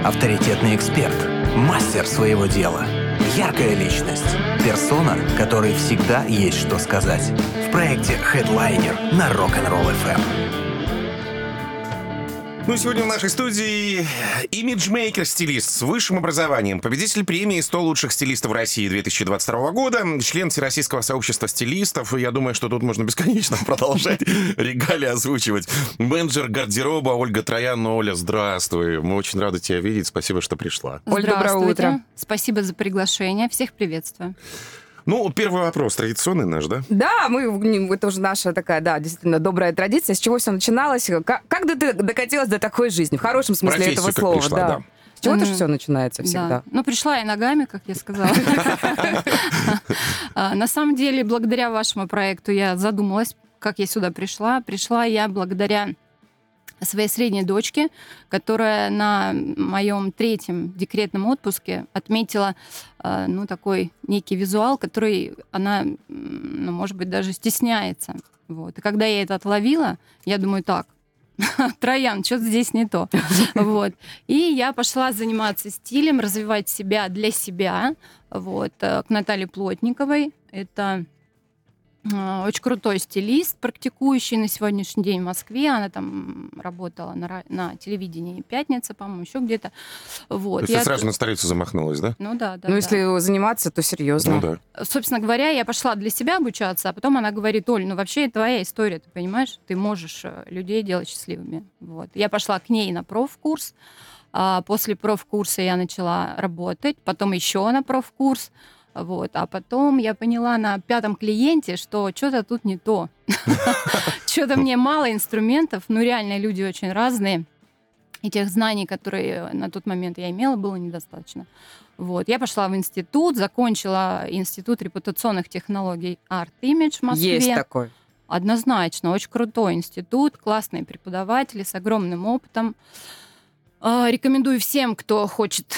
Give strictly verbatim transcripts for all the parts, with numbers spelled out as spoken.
Авторитетный эксперт, мастер своего дела, яркая личность, персона, которой всегда есть что сказать. В проекте Headliner на Rock'n'Roll эф эм. Ну и сегодня в нашей студии имиджмейкер-стилист с высшим образованием, победитель премии сто лучших стилистов России две тысячи двадцать второго года, член Всероссийского сообщества стилистов. И я думаю, что тут можно бесконечно продолжать регалии озвучивать. Менеджер гардероба Ольга Троян. Оля, здравствуй. Мы очень рады тебя видеть. Спасибо, что пришла. Оль, доброе утро. Спасибо за приглашение. Всех приветствую. Ну, первый вопрос, традиционный наш, да? Да, мы, это уже наша такая, да, действительно добрая традиция. С чего все начиналось? Как, как ты докатилась до такой жизни? В хорошем смысле профессию этого слова, пришла, да. да. С чего-то Mm-hmm. же все начинается всегда. Да. Ну, пришла я ногами, как я сказала. На самом деле, благодаря вашему проекту я задумалась, как я сюда пришла. Пришла я благодаря своей средней дочке, которая на моем третьем декретном отпуске отметила, ну, такой некий визуал, который она, ну, может быть, даже стесняется. Вот. И когда я это отловила, я думаю, так, Троян, что-то здесь не то. Вот. И я пошла заниматься стилем, развивать себя для себя, вот, к Наталье Плотниковой. Это очень крутой стилист, практикующий на сегодняшний день в Москве. Она там работала на, на телевидении «Пятница», по-моему, еще где-то. Вот. То есть я... ты сразу на столицу замахнулась, да? Ну да, да. Ну, да. если заниматься, то серьезно. Ну да. Собственно говоря, я пошла для себя обучаться, а потом она говорит: Оль, ну вообще это твоя история, ты понимаешь? Ты можешь людей делать счастливыми. Вот. Я пошла к ней на профкурс. А после профкурса я начала работать, потом еще на профкурс. Вот. А потом я поняла на пятом клиенте, что что-то тут не то. Что-то мне мало инструментов. Ну, реально, люди очень разные. И тех знаний, которые на тот момент я имела, было недостаточно. Вот. Я пошла в институт, закончила институт репутационных технологий Art Image в Москве. Есть такой. Однозначно. Очень крутой институт, классные преподаватели с огромным опытом. Рекомендую всем, кто хочет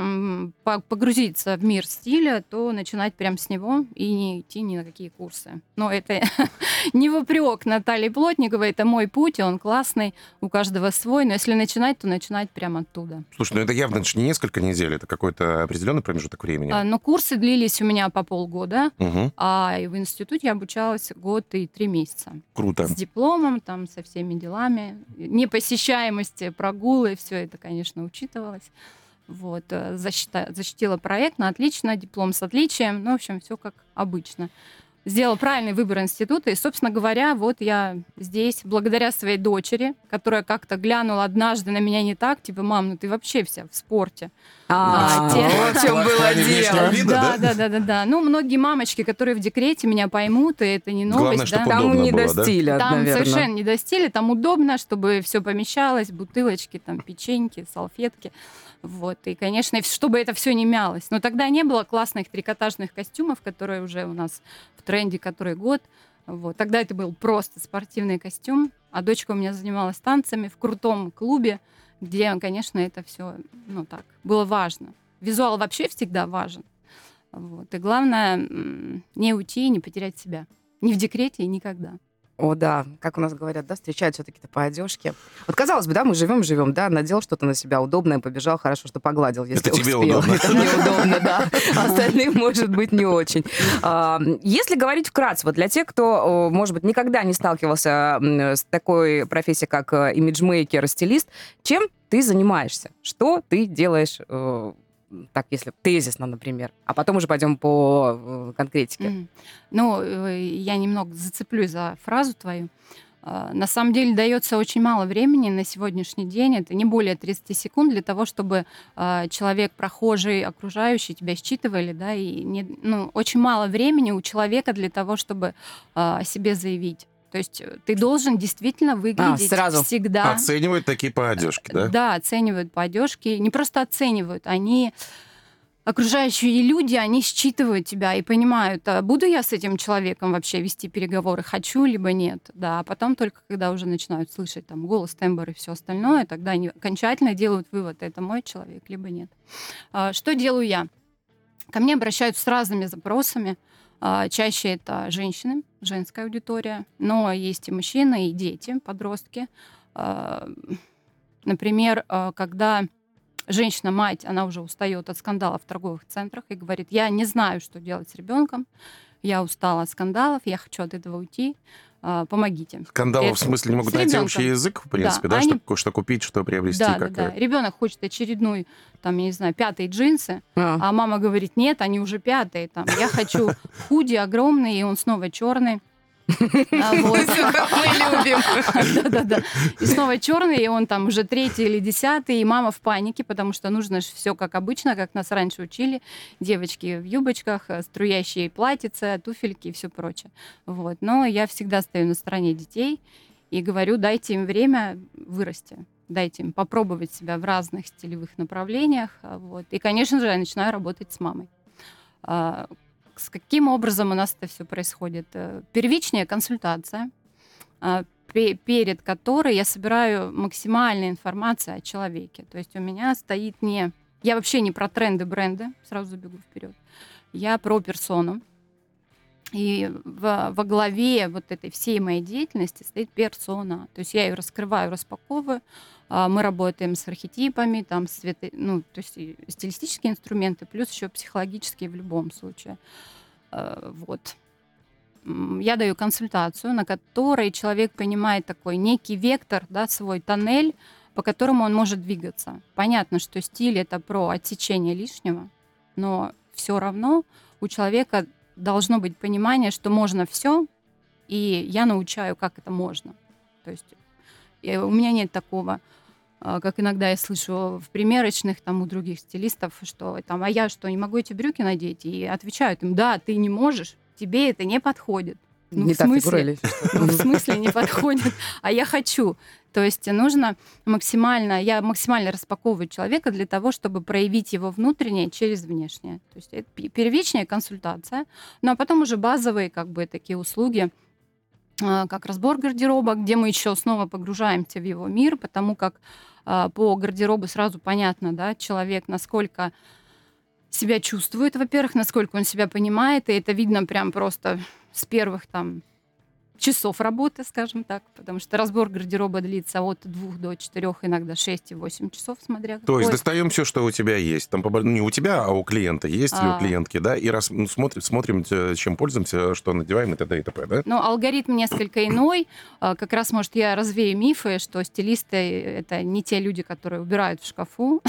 погрузиться в мир стиля, то начинать прямо с него и не идти ни на какие курсы. Но это не вопрек Наталье Плотниковой, это мой путь, и он классный, у каждого свой. Но если начинать, то начинать прямо оттуда. Слушай, ну это явно не несколько недель, это какой-то определенный промежуток времени. А, но курсы длились у меня по полгода, угу. а в институте я обучалась год и три месяца. Круто. С дипломом, там, со всеми делами. Непосещаемости, прогулы, все это, конечно, учитывалось. Вот, защита, защитила проект на отлично, диплом с отличием. Ну, в общем, все как обычно. Сделала правильный выбор института. И, собственно говоря, вот я здесь благодаря своей дочери, которая как-то глянула однажды на меня не так, типа: мам, ну ты вообще вся в спорте. А, вот в чем было дело. Да, да, да, да, да. Ну, многие мамочки, которые в декрете, меня поймут, и это не новость. Главное, чтобы там удобно не было, до стиля, Там наверное. совершенно не до стиля, там удобно, чтобы все помещалось, бутылочки, там печеньки, салфетки. Вот. И, конечно, чтобы это все не мялось. Но тогда не было классных трикотажных костюмов, которые уже у нас в тренде который год. Вот. Тогда это был просто спортивный костюм, а дочка у меня занималась танцами в крутом клубе, где, конечно, это все, ну так, было важно. Визуал вообще всегда важен. Вот. И главное не уйти, не потерять себя. Ни в декрете и никогда. О, да, как у нас говорят, да, встречают все-таки-то по одежке. Вот казалось бы, да, мы живем-живем, да, надел что-то на себя удобное, побежал, хорошо, что погладил, если это тебе успел. удобно. Это мне удобно, да. Остальным, может быть, не очень. Если говорить вкратце, вот для тех, кто, может быть, никогда не сталкивался с такой профессией, как имиджмейкер, стилист, чем ты занимаешься? Что ты делаешь, так, если тезисно, например, а потом уже пойдем по конкретике. Mm. Ну, я немного зацеплюсь за фразу твою. На самом деле дается очень мало времени на сегодняшний день. Это не более тридцать секунд для того, чтобы человек, прохожий, окружающий тебя считывали, да, и не, ну, очень мало времени у человека для того, чтобы о себе заявить. То есть ты должен действительно выглядеть а, сразу. всегда. Оценивают такие по одежке, да? Да, оценивают по одежке. Не просто оценивают, они... Окружающие люди, они считывают тебя и понимают, буду я с этим человеком вообще вести переговоры, хочу либо нет. Да, а потом только когда уже начинают слышать там голос, тембр и все остальное, тогда они окончательно делают вывод, это мой человек, либо нет. Что делаю я? Ко мне обращаются с разными запросами. Чаще это женщины, женская аудитория, но есть и мужчины, и дети, подростки. Например, когда женщина-мать, она уже устает от скандалов в торговых центрах и говорит, я не знаю, что делать с ребенком, я устала от скандалов, я хочу от этого уйти, а, помогите. Скандалы, Это в смысле, не могут с найти ребенком. общий язык, в принципе, Да, да, они- что, что купить, что приобрести. Да, да, как... да. Ребенок хочет очередной, там, я не знаю, пятые джинсы, А. а мама говорит, нет, они уже пятые, там, я хочу худи огромный, и он снова черный. А, вот. Мы любим. Да-да-да. И снова черный, и он там уже третий или десятый, и мама в панике, потому что нужно же все как обычно, как нас раньше учили. Девочки в юбочках, струящие платьица, туфельки и все прочее. Вот. Но я всегда стою на стороне детей и говорю, дайте им время вырасти, дайте им попробовать себя в разных стилевых направлениях. Вот. И, конечно же, я начинаю работать с мамой. А, С каким образом у нас это все происходит? Э, Первичная консультация, а, пе- перед которой я собираю максимальную информацию о человеке. То есть у меня стоит не... Я вообще не про тренды, бренды, сразу забегу вперед. Я про персону. И во, во главе вот этой всей моей деятельности стоит персона. То есть я ее раскрываю, распаковываю. А, Мы работаем с архетипами, там, с цвете- ну, то есть и стилистические инструменты, плюс еще психологические в любом случае. А, Вот. М, Я даю консультацию, на которой человек понимает такой некий вектор, да, свой тоннель, по которому он может двигаться. Понятно, что стиль это про отсечение лишнего, но все равно у человека должно быть понимание, что можно все, и я научаю, как это можно. То есть э, у меня нет такого, а, как иногда я слышу в примерочных там у других стилистов, что там, а я что, не могу эти брюки надеть? И отвечают им, да, ты не можешь, тебе это не подходит. Ну, Не в та смысле? фигура или Ну, в смысле не подходит, а я хочу. То есть нужно максимально, я максимально распаковываю человека для того, чтобы проявить его внутреннее через внешнее. То есть это пе- первичная консультация, ну а потом уже базовые как бы такие услуги, а, как разбор гардероба, где мы еще снова погружаемся в его мир, потому как а, по гардеробу сразу понятно, да, человек насколько себя чувствует, во-первых, насколько он себя понимает, и это видно прям просто с первых там часов работы, скажем так, потому что разбор гардероба длится от двух до четырех, иногда шесть и восемь часов, смотря То есть какой. достаем все, что у тебя есть. Там, побо- ну, не у тебя, а у клиента. Есть ли у А. клиентки, да? И раз ну, смотрим, смотрим, э, чем пользуемся, что надеваем и т.д. и т.п., да? Но алгоритм несколько иной. А, Как раз, может, я развею мифы, что стилисты — это не те люди, которые убирают в шкафу.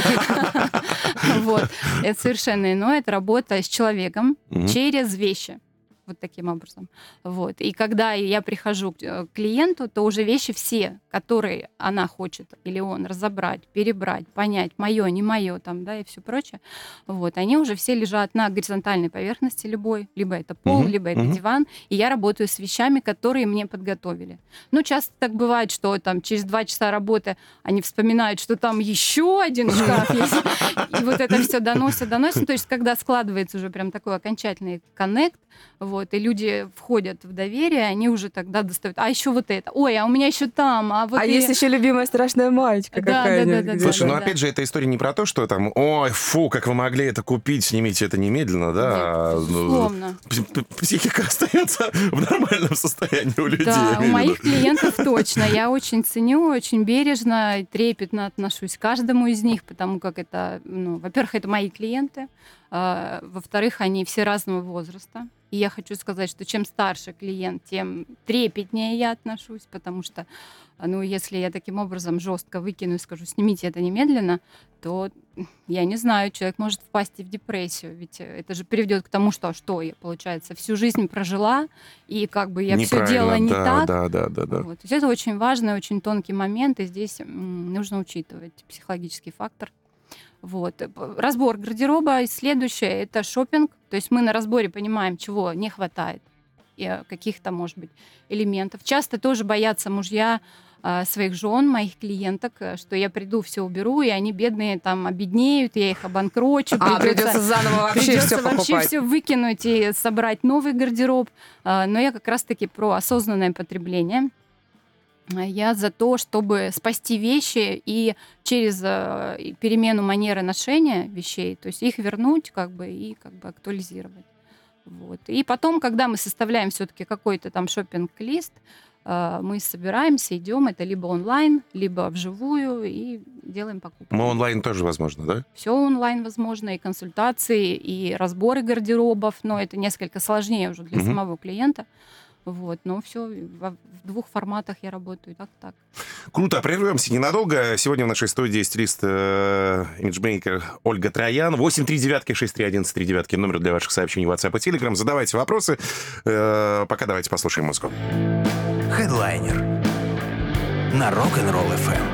Вот. Это совершенно иное. Это работа с человеком Мгм. через вещи. Вот таким образом. Вот. И когда я прихожу к э, клиенту, то уже вещи все, которые она хочет или он разобрать, перебрать, понять, мое, не мое, там, да, и все прочее, вот, они уже все лежат на горизонтальной поверхности любой, либо это пол, Мгм, либо это мгм. диван, и я работаю с вещами, которые мне подготовили. Ну, часто так бывает, что там через два часа работы они вспоминают, что там еще один шкаф есть, и вот это все доносят, доносят. То есть, когда складывается уже прям такой окончательный коннект, вот, и люди входят в доверие, они уже тогда достают. А еще вот это. Ой, а у меня еще там. А, вот А и- есть еще любимая страшная маечка Да, какая-нибудь. да, да, да, где-то. Слушай, ну да. опять же, эта история не про то, что там, ой, фу, как вы могли это купить, снимите это немедленно, да? а, Нет, ну, безусловно. п- п- Психика остается в нормальном состоянии у людей. Да, я у имею в моих виду. клиентов точно. Я очень ценю, очень бережно, и трепетно отношусь к каждому из них, потому как это, ну, во-первых, это мои клиенты, а, во-вторых, они все разного возраста. И я хочу сказать, что чем старше клиент, тем трепетнее я отношусь, потому что, ну, если я таким образом жестко выкину и скажу, снимите это немедленно, то, я не знаю, человек может впасть и в депрессию, ведь это же приведет к тому, что, что я, получается, всю жизнь прожила, и как бы я все Неправильно, делала не да, так. Да, да, да, да. Вот. То есть это очень важный, очень тонкий момент, и здесь м, нужно учитывать психологический фактор. Вот. Э, п- Разбор гардероба. И следующее — это шопинг. То есть мы на разборе понимаем, чего не хватает, и э, каких-то, может быть, элементов. Часто тоже боятся мужья а, своих жен, моих клиенток, э, что я приду, все уберу, и они бедные там обеднеют, я их обанкрочу. А, придется заново вообще Придется все вообще покупать. все выкинуть и собрать новый гардероб. А, Но я как раз-таки про осознанное потребление. А Я за то, чтобы спасти вещи и через э, и перемену манеры ношения вещей, то есть их вернуть как бы и как бы актуализировать. Вот. И потом, когда мы составляем все-таки какой-то там шопинг-лист, э, мы собираемся, идем, это либо онлайн, либо вживую, и делаем покупки. Но онлайн тоже возможно, да? Все онлайн возможно, и консультации, и разборы гардеробов, но это несколько сложнее уже для Мгм. самого клиента. Вот, но все в двух форматах я работаю, так так. Круто, прервемся ненадолго. Сегодня в нашей студии стилист, э, имиджмейкер Ольга Троян. восемь три девять шесть три один три девять номер для ваших сообщений в WhatsApp и Telegram. Задавайте вопросы. Э, пока давайте послушаем музыку. Хедлайнер на Rock'n'Roll эф эм.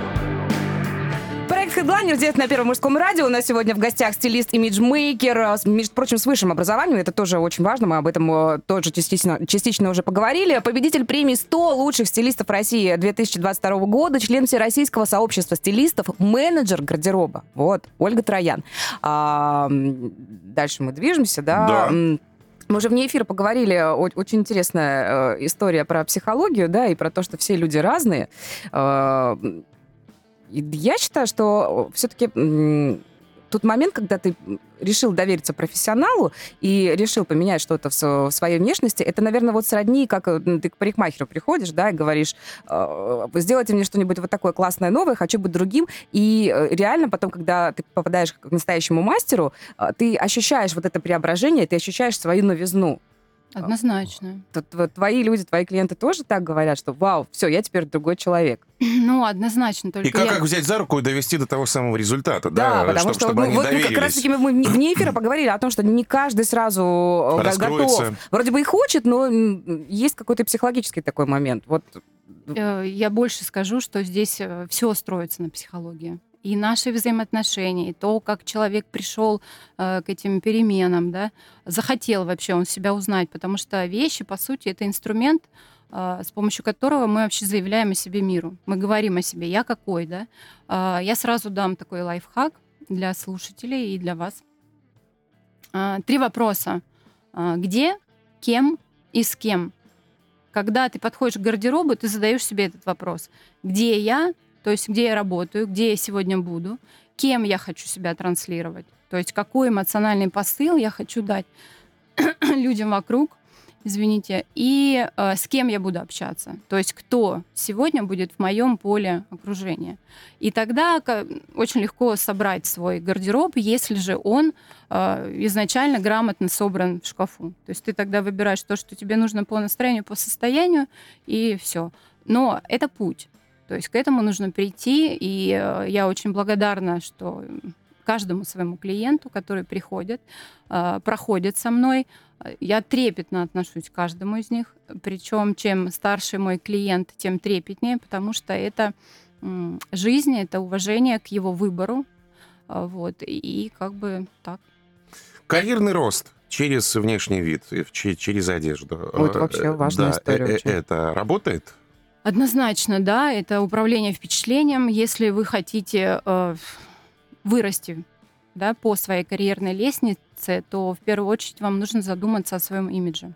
Проект Headliner здесь на Первом мужском радио. У нас сегодня в гостях стилист, имиджмейкер, с, между прочим, с высшим образованием. Это тоже очень важно. Мы об этом э, тоже частично, частично уже поговорили. Победитель премии сто лучших стилистов России две тысячи двадцать второго года, член Всероссийского сообщества стилистов, менеджер гардероба. Вот, Ольга Троян. А, м, дальше мы движемся, да? Да. М, Мы уже вне эфира поговорили, о- очень интересная э, история про психологию, да, и про то, что все люди разные. Э, и Я считаю, что все-таки тот момент, когда ты решил довериться профессионалу и решил поменять что-то в, с- в своей внешности, это, наверное, вот сродни, как э, ты к парикмахеру приходишь, да, и говоришь, э, сделайте мне что-нибудь вот такое классное, новое, хочу быть другим. И э, реально потом, когда ты попадаешь к настоящему мастеру, э, ты ощущаешь вот это преображение, ты ощущаешь свою новизну. Однозначно. Т- т- Твои люди, твои клиенты тоже так говорят, что вау, все, я теперь другой человек. Ну, однозначно, только И как, я... как взять за руку и довести до того самого результата, Да, да, потому чтоб- что чтобы ну, они вот мы как доверились. раз-таки мы вне вне эфира поговорили о том, что не каждый сразу э, го- Раскроется. готов. Вроде бы и хочет, но м, есть какой-то психологический такой момент. Вот. Э, Я больше скажу, что здесь все строится на психологии. И наши взаимоотношения, и то, как человек пришел э, к этим переменам, да, захотел вообще он себя узнать, потому что вещи, по сути, это инструмент, э, с помощью которого мы вообще заявляем о себе миру. Мы говорим о себе, я какой, да. Э, я сразу дам такой лайфхак для слушателей и для вас. Э, три вопроса. Э, где, кем и с кем? Когда ты подходишь к гардеробу, ты задаешь себе этот вопрос. Где я? То есть где я работаю, где я сегодня буду, кем я хочу себя транслировать, то есть какой эмоциональный посыл я хочу дать людям вокруг, извините, и э, с кем я буду общаться, то есть кто сегодня будет в моем поле окружения. И тогда ка- очень легко собрать свой гардероб, если же он э, изначально грамотно собран в шкафу. То есть ты тогда выбираешь то, что тебе нужно по настроению, по состоянию, и все. Но это путь. То есть к этому нужно прийти, и э, я очень благодарна, что каждому своему клиенту, который приходит, э, проходит со мной, э, я трепетно отношусь к каждому из них. Причем чем старше мой клиент, тем трепетнее, потому что это м, жизнь, это уважение к его выбору. Э, вот, и как бы так. Карьерный рост через внешний вид, и в- че- через одежду. Ой, это вообще Э, важная да, история э, э, очень. Это работает? Однозначно, да, это управление впечатлением. Если вы хотите э, вырасти, да, по своей карьерной лестнице, то в первую очередь вам нужно задуматься о своем имидже.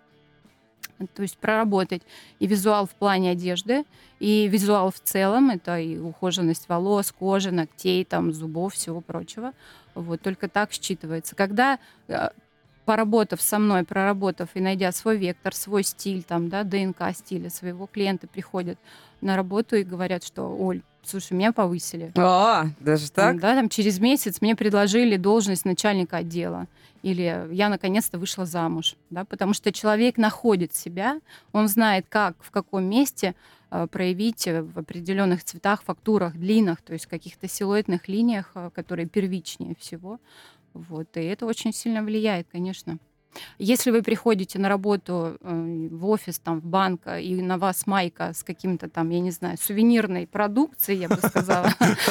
То есть проработать и визуал в плане одежды, и визуал в целом, это и ухоженность волос, кожи, ногтей, там, зубов, всего прочего. Вот, только так считывается. Когда э, поработав со мной, проработав и найдя свой вектор, свой стиль, там, да, ДНК стиля своего клиента, приходят на работу и говорят, что, Оль, слушай, меня повысили. А, даже Там, так? да, там через месяц мне предложили должность начальника отдела. Или я наконец-то вышла замуж. Да, потому что человек находит себя, он знает, как, в каком месте э, проявить э, в определенных цветах, фактурах, длинах, то есть каких-то силуэтных линиях, э, которые первичнее всего. Вот, и это очень сильно влияет, конечно. Если вы приходите на работу э, в офис, там, в банк, э, и на вас майка с каким-то там, я не знаю, сувенирной продукцией, я бы сказала.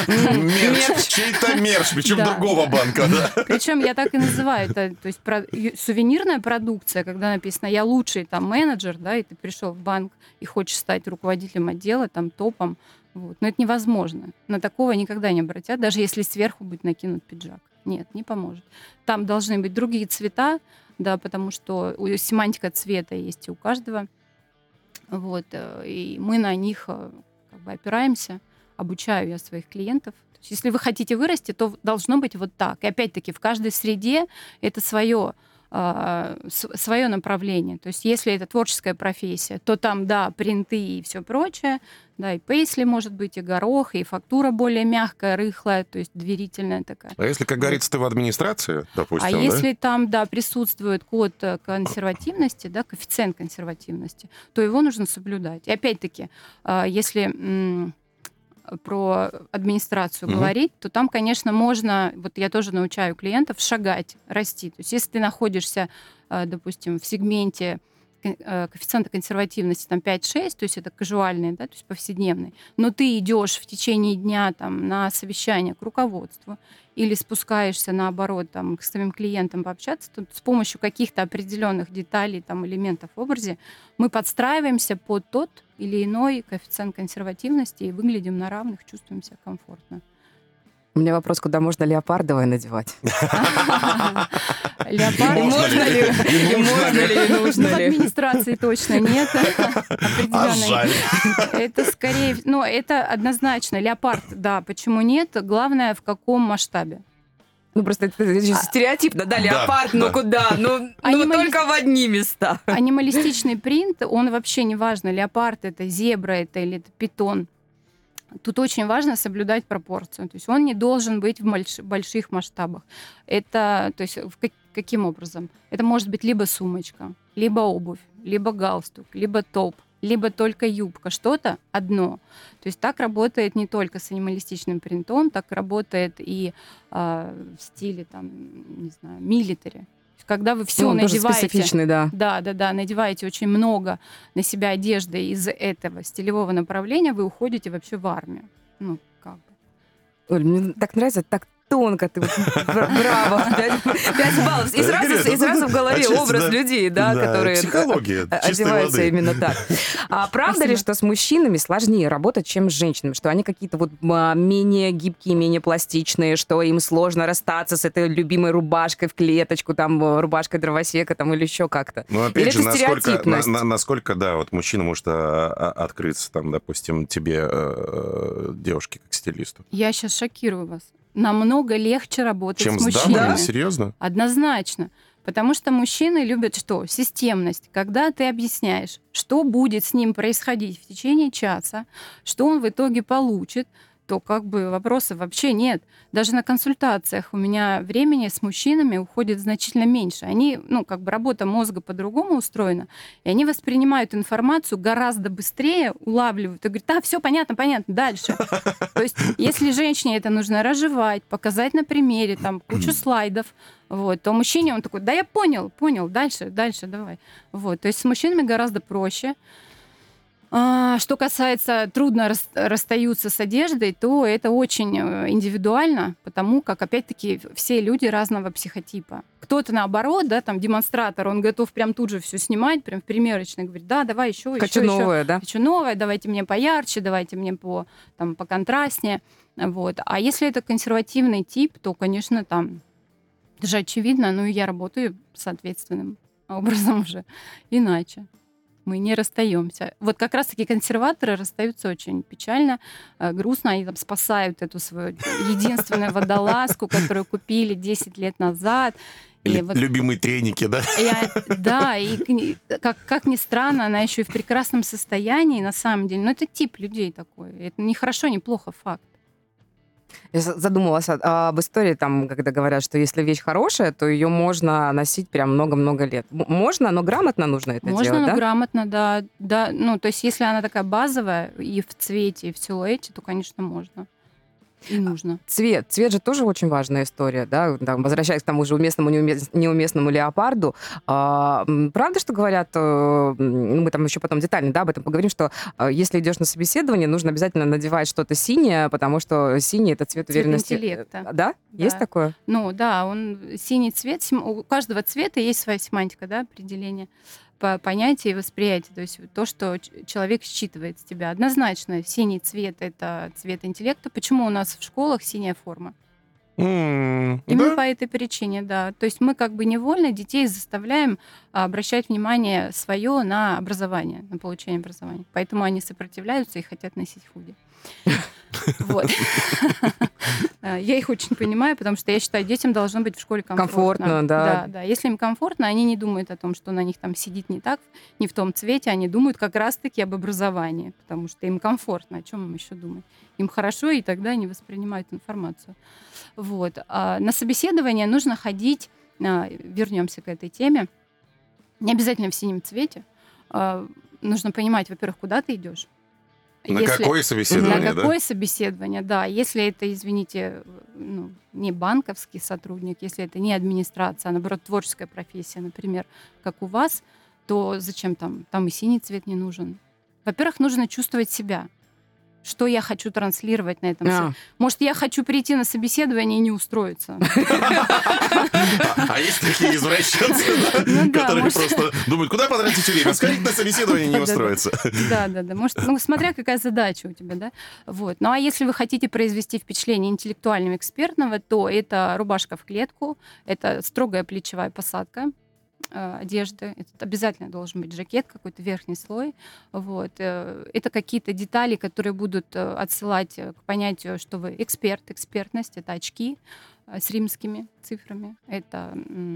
Мерч, чей-то мерч, причем Да. другого банка, да? Причем я так и называю это, то есть про- ю- сувенирная продукция, когда написано «я лучший там менеджер», да, и ты пришел в банк и хочешь стать руководителем отдела, там, топом, вот. Но это невозможно. На такого никогда не обратят, даже если сверху будет накинут пиджак. Нет, не поможет. Там должны быть другие цвета, да, потому что у- семантика цвета есть и у каждого. Вот, э, и мы на них э, как бы опираемся, обучаю я своих клиентов. То есть, если вы хотите вырасти, то должно быть вот так. И опять-таки в каждой среде это свое э, свое направление. То есть если это творческая профессия, то там, да, принты и все прочее, да, и пейсли может быть, и горох, и фактура более мягкая, рыхлая, то есть доверительная такая. А если, как говорится, ты в администрации, допустим, А да? если там, да, присутствует код консервативности, да, коэффициент консервативности, то его нужно соблюдать. И опять-таки, если м, про администрацию Мгм. говорить, то там, конечно, можно, вот я тоже научаю клиентов, шагать, расти. То есть если ты находишься, э, допустим, в сегменте ко- э, коэффициента консервативности там пять-шесть, то есть это казуальный, да, то есть повседневный, но ты идешь в течение дня там, на совещание к руководству или спускаешься, наоборот, там, к своим клиентам пообщаться, то с помощью каких-то определенных деталей, там, элементов в образе мы подстраиваемся под тот или иной коэффициент консервативности и выглядим на равных, чувствуем себя комфортно. У меня вопрос, куда можно леопардовое надевать? Леопард. И можно ли, и можно ли, и В нужно ли? администрации точно нет А определенной. жаль. Это скорее, ну, это однозначно. Леопард, да, почему нет? Главное, в каком масштабе. Ну, просто это, это же стереотипно, да, леопард, ну да. куда? Ну, ну Анималис- только в одни места. Анималистичный принт, он вообще не важно, леопард это, зебра это или это питон. Тут очень важно соблюдать пропорцию. То есть он не должен быть в больш- больших масштабах. Это, то есть в как- каким образом? Это может быть либо сумочка, либо обувь, либо галстук, либо топ, либо только юбка, что-то одно. То есть так работает не только с анималистичным принтом, так работает и а, в стиле, там, не знаю, милитари. Когда вы все Ну, он тоже надеваете... специфичный, да. Да, да, да, надеваете очень много на себя одежды из этого стилевого направления, вы уходите вообще в армию. Ну, как бы. Оль, мне так нравится, так тонко ты. Вот, бра- браво. Пять, пять баллов. И сразу, и сразу в голове Отчасти, образ да. людей, да, Да, которые психология э, чистой одеваются воды. именно так. А правда ли, Спасибо. что с мужчинами сложнее работать, чем с женщинами? Что они какие-то вот а, менее гибкие, менее пластичные, что им сложно расстаться с этой любимой рубашкой в клеточку, там, э, рубашкой дровосека, там, или еще как-то? Ну, опять Или же, это насколько, стереотипность? на- на- насколько, да, вот мужчина может а, а, открыться, там, допустим, тебе, э, девушке, как стилисту. Я сейчас шокирую вас. Намного легче работать Чем с с мужчинами. дамами? Серьезно? Однозначно. Потому что мужчины любят что? Системность. Когда ты объясняешь, что будет с ним происходить в течение часа, что он в итоге получит, то как бы вопросов вообще нет. Даже на консультациях у меня времени с мужчинами уходит значительно меньше. Они, ну, как бы работа мозга по-другому устроена, и они воспринимают информацию гораздо быстрее, улавливают и говорят, да, все понятно, понятно, дальше. То есть, если женщине это нужно разжевать, показать на примере, там, кучу слайдов, вот, то мужчине он такой, да, я понял, понял, дальше, дальше, давай. Вот, то есть с мужчинами гораздо проще. А, Что касается трудно рас- расстаются с одеждой, то это очень э, индивидуально, потому как, опять-таки, все люди разного психотипа. Кто-то наоборот, да, там демонстратор, он готов прям тут же все снимать, прям в примерочной, говорит, да, давай еще, еще, Хочу еще. новое, да? Хочу новое, давайте мне поярче, давайте мне по, там, поконтрастнее. Вот. А если это консервативный тип, то, конечно, там, это же очевидно, ну и я работаю соответственным образом уже иначе. Мы не расстаемся. Вот как раз-таки консерваторы расстаются очень печально, э, грустно. Они там спасают эту свою единственную водолазку, которую купили десять лет назад. И Или вот любимые треники, да? я- да, и к ни- как, как ни странно, она еще и в прекрасном состоянии, на самом деле. Но это тип людей такой. Это не хорошо, не плохо, факт. Я за- задумалась о- об истории, там, когда говорят, что если вещь хорошая, то ее можно носить прям много-много лет. М- Можно, но грамотно нужно это Можно, делать, но да? грамотно, да, да. Ну, то есть, если она такая базовая и в цвете, и в силуэте, то, конечно, можно. И нужно. Цвет. Цвет же тоже очень важная история, да? Там, возвращаясь к тому же уместному, неуме- неуместному леопарду. А, м, правда, что говорят, э, ну, мы там еще потом детально, да, об этом поговорим, что э, если идешь на собеседование, нужно обязательно надевать что-то синее, потому что синий — это цвет Цвет уверенности. интеллекта. Э, Да? Есть Да. такое? Ну, да, он синий цвет, сем- у каждого цвета есть своя семантика, да, определение по понятию и восприятию. То есть то, что ч- человек считывает с тебя. Однозначно, синий цвет — это цвет интеллекта. Почему у нас в школах синяя форма? М, Именно да? по этой причине, да. То есть мы как бы невольно детей заставляем а, обращать внимание свое на образование, на получение образования. Поэтому они сопротивляются и хотят носить худи. Вот. Я их очень понимаю, потому что я считаю, детям должно быть в школе комфортно. Комфортно, да. Да, да. Если им комфортно, они не думают о том, что на них там сидит не так, не в том цвете, они думают как раз-таки об образовании, потому что им комфортно. О чем им еще думать? Им хорошо, и тогда они воспринимают информацию. Вот. А на собеседование нужно ходить, вернемся к этой теме, не обязательно в синем цвете. Нужно понимать, во-первых, куда ты идешь. На Если, какое собеседование, на какое да? собеседование, да. Если это, извините, ну, не банковский сотрудник, если это не администрация, а, наоборот, творческая профессия, например, как у вас, то зачем там? Там и синий цвет не нужен. Во-первых, нужно чувствовать себя. Что я хочу транслировать на этом? А. Может, я хочу прийти на собеседование и не устроиться? А есть такие извращенцы, которые просто думают, куда потратить время? Сходить на собеседование и не устроиться. Да, да, да. Может, ну, смотря какая задача у тебя, да. Вот. Ну, а если вы хотите произвести впечатление интеллектуального, экспертного, то это рубашка в клетку, это строгая плечевая посадка одежды. Это обязательно должен быть жакет, какой-то верхний слой. Вот. Это какие-то детали, которые будут отсылать к понятию, что вы эксперт, экспертность. Это очки с римскими цифрами. Это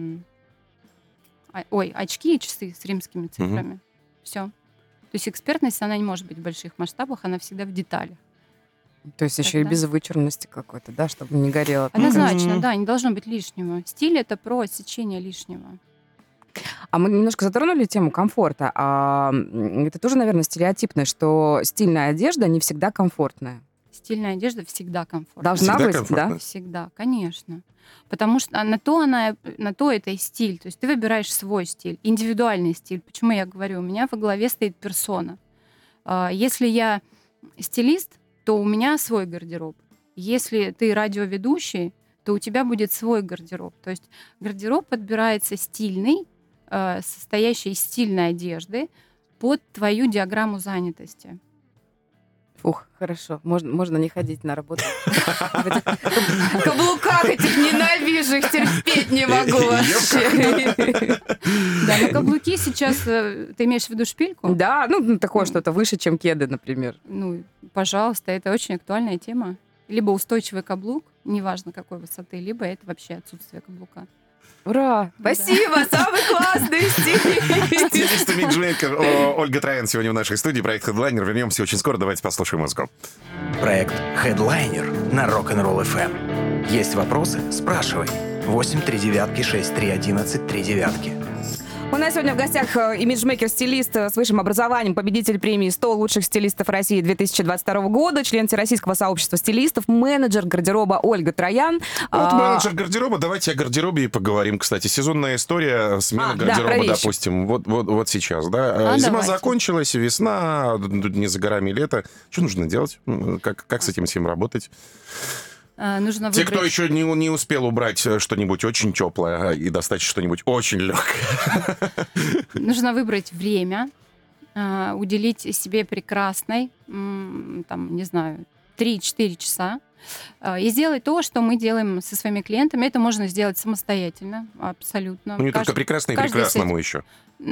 ой, очки и часы с римскими цифрами. Угу. Все. То есть экспертность, она не может быть в больших масштабах, она всегда в деталях. То есть еще Тогда... и без вычурности какой-то, да, чтобы не горело. Однозначно, mm-hmm. да, не должно быть лишнего. Стиль — это про отсечение лишнего. А мы немножко затронули тему комфорта. А это тоже, наверное, стереотипно, что стильная одежда не всегда комфортная. Стильная одежда всегда комфортная. Должна всегда быть, комфортно? Да? Всегда, конечно. Потому что на то, она, на то это и стиль. То есть ты выбираешь свой стиль, индивидуальный стиль. Почему я говорю? У меня во главе стоит персона. Если я стилист, то у меня свой гардероб. Если ты радиоведущий, то у тебя будет свой гардероб. То есть гардероб подбирается стильный, состоящий из стильной одежды под твою диаграмму занятости. Фух, хорошо. Можно, можно не ходить на работу. В каблуках этих ненавижу, их терпеть не могу вообще. Да, на каблуки сейчас... Ты имеешь в виду шпильку? Да, ну такое что-то выше, чем кеды, например. Ну, пожалуйста, это очень актуальная тема. Либо устойчивый каблук, неважно какой высоты, либо это вообще отсутствие каблука. Ура! Спасибо! Самый классный стиль! Стилист и имиджмейкер Ольга Троян сегодня в нашей студии. Проект Headliner. Вернемся очень скоро. Давайте послушаем музыку. Проект Headliner на Rock'n'Roll эф эм. Есть вопросы? Спрашивай. восемь три девятки шесть три одиннадцать три девятки. У нас сегодня в гостях имиджмейкер-стилист с высшим образованием, победитель премии сто лучших стилистов России две тысячи двадцать второго года, член Всероссийского сообщества стилистов, менеджер гардероба Ольга Троян. Вот менеджер гардероба. Давайте о гардеробе и поговорим, кстати. Сезонная история, смена а, гардероба, да, допустим, вот, вот, вот сейчас. Да? А, Зима давайте. закончилась, весна, не за горами лето. Что нужно делать? Как, как с этим всем работать? Нужно Те, выбрать... кто еще не, не успел убрать что-нибудь очень теплое и достать что-нибудь очень легкое. Нужно выбрать время, уделить себе прекрасной, там, не знаю, три-четыре часа, и сделать то, что мы делаем со своими клиентами. Это можно сделать самостоятельно, абсолютно. Ну, не каждый, только прекрасно и прекрасному еще.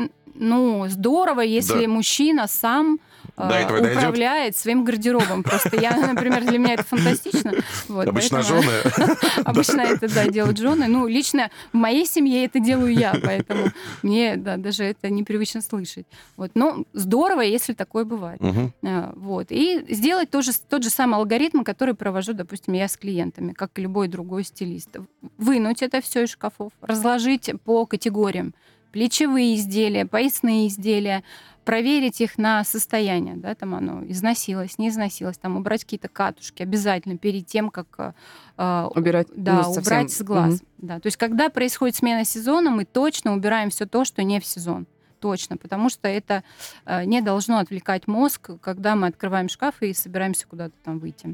Ну, здорово, если да. мужчина сам э, управляет своим гардеробом. Просто я, например, для меня это фантастично. Вот, обычно поэтому... жены. Обычно это, да, делают жены. Ну, лично в моей семье это делаю я, поэтому мне, да, даже это непривычно слышать. Вот. Но здорово, если такое бывает. Угу. Вот. И сделать тоже, тот же самый алгоритм, который провожу, допустим, я с клиентами, как и любой другой стилист. Вынуть это все из шкафов, разложить по категориям. Плечевые изделия, поясные изделия, проверить их на состояние, да, там оно износилось, не износилось, там убрать какие-то катушки обязательно перед тем, как э, убирать, да, ну, убрать совсем... с глаз. Угу. Да. То есть когда происходит смена сезона, мы точно убираем все то, что не в сезон. Точно, потому что это э, не должно отвлекать мозг, когда мы открываем шкаф и собираемся куда-то там выйти.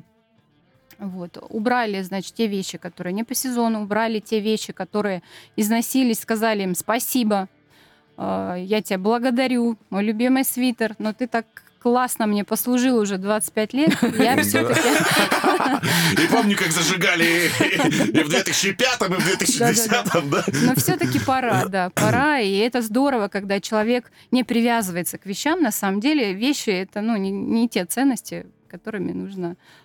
Вот. Убрали, значит, те вещи, которые не по сезону, убрали те вещи, которые износились, сказали им спасибо, я тебя благодарю, мой любимый свитер, но ты так классно мне послужил уже двадцать пять лет, я все-таки... И помню, как зажигали и в две тысячи пятом, и в две тысячи десятом, да? Но все-таки пора, да, пора, и это здорово, когда человек не привязывается к вещам. На самом деле вещи — это, ну, не, не те ценности, которыми нужно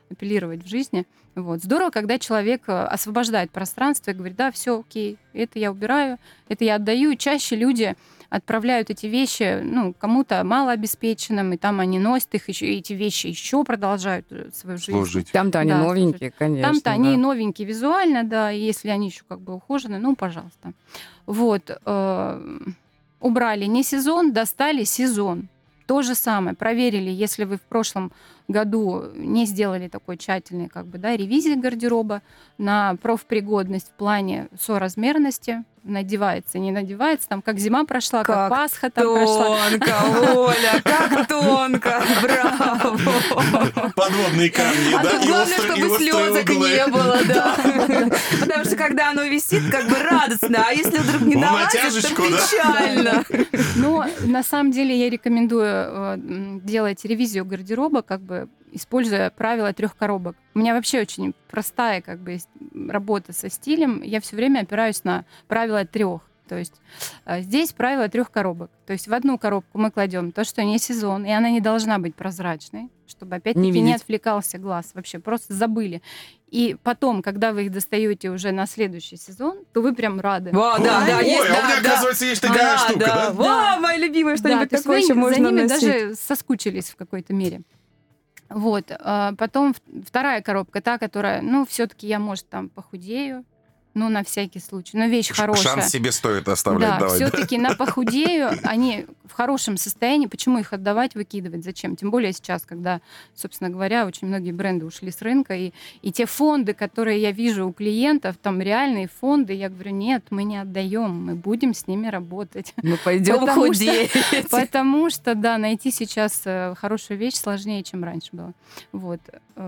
апеллировать в жизни. Вот. Здорово, когда человек освобождает пространство и говорит, да, все, окей, это я убираю, это я отдаю. И чаще люди отправляют эти вещи, ну, кому-то малообеспеченным, и там они носят их еще, и эти вещи еще продолжают свою жизнь. Служить. Там-то они Да, новенькие, конечно. Там-то да. они новенькие визуально, да, и если они еще как бы ухожены, ну, пожалуйста. Вот. Э, убрали не сезон, достали сезон. То же самое. Проверили, если вы в прошлом году не сделали такой тщательной как бы, да, ревизии гардероба на профпригодность в плане соразмерности, надевается, не надевается, там как зима прошла, как, как Пасха там прошла. Тонко, Оля, как тонко, браво. Подводные камни, а да? тут главное, и чтобы слезок не было, да. Потому что когда оно висит, как бы радостно, а если вдруг не налазит, то печально. Но на самом деле я рекомендую делать ревизию гардероба, как бы используя правило трех коробок. У меня вообще очень простая как бы работа со стилем. Я все время опираюсь на правило трех. То есть здесь правило трех коробок. То есть в одну коробку мы кладем то, что не сезон, и она не должна быть прозрачной, чтобы опять-таки не, не отвлекался глаз. Вообще просто забыли. И потом, когда вы их достаете уже на следующий сезон, то вы прям рады. Во, да, да, Ой, есть, а да, у меня, да. оказывается, есть такая а, штука, да? да? Да. Во, моя любимая, что-нибудь да, такое еще вы можно за ними носить. даже соскучились в какой-то мере. Вот. А потом вторая коробка, та, которая, ну, все-таки я, может, там похудею, ну, на всякий случай. Но вещь хорошая. Шанс себе стоит оставлять. Да, давай, все-таки на похудею, они в хорошем состоянии. Почему их отдавать, выкидывать? Зачем? Тем более сейчас, когда, собственно говоря, очень многие бренды ушли с рынка, и, и те фонды, которые я вижу у клиентов, там реальные фонды, я говорю, нет, мы не отдаем, мы будем с ними работать. Мы пойдем худеть. Что, потому что, да, найти сейчас хорошую вещь сложнее, чем раньше было. Вот.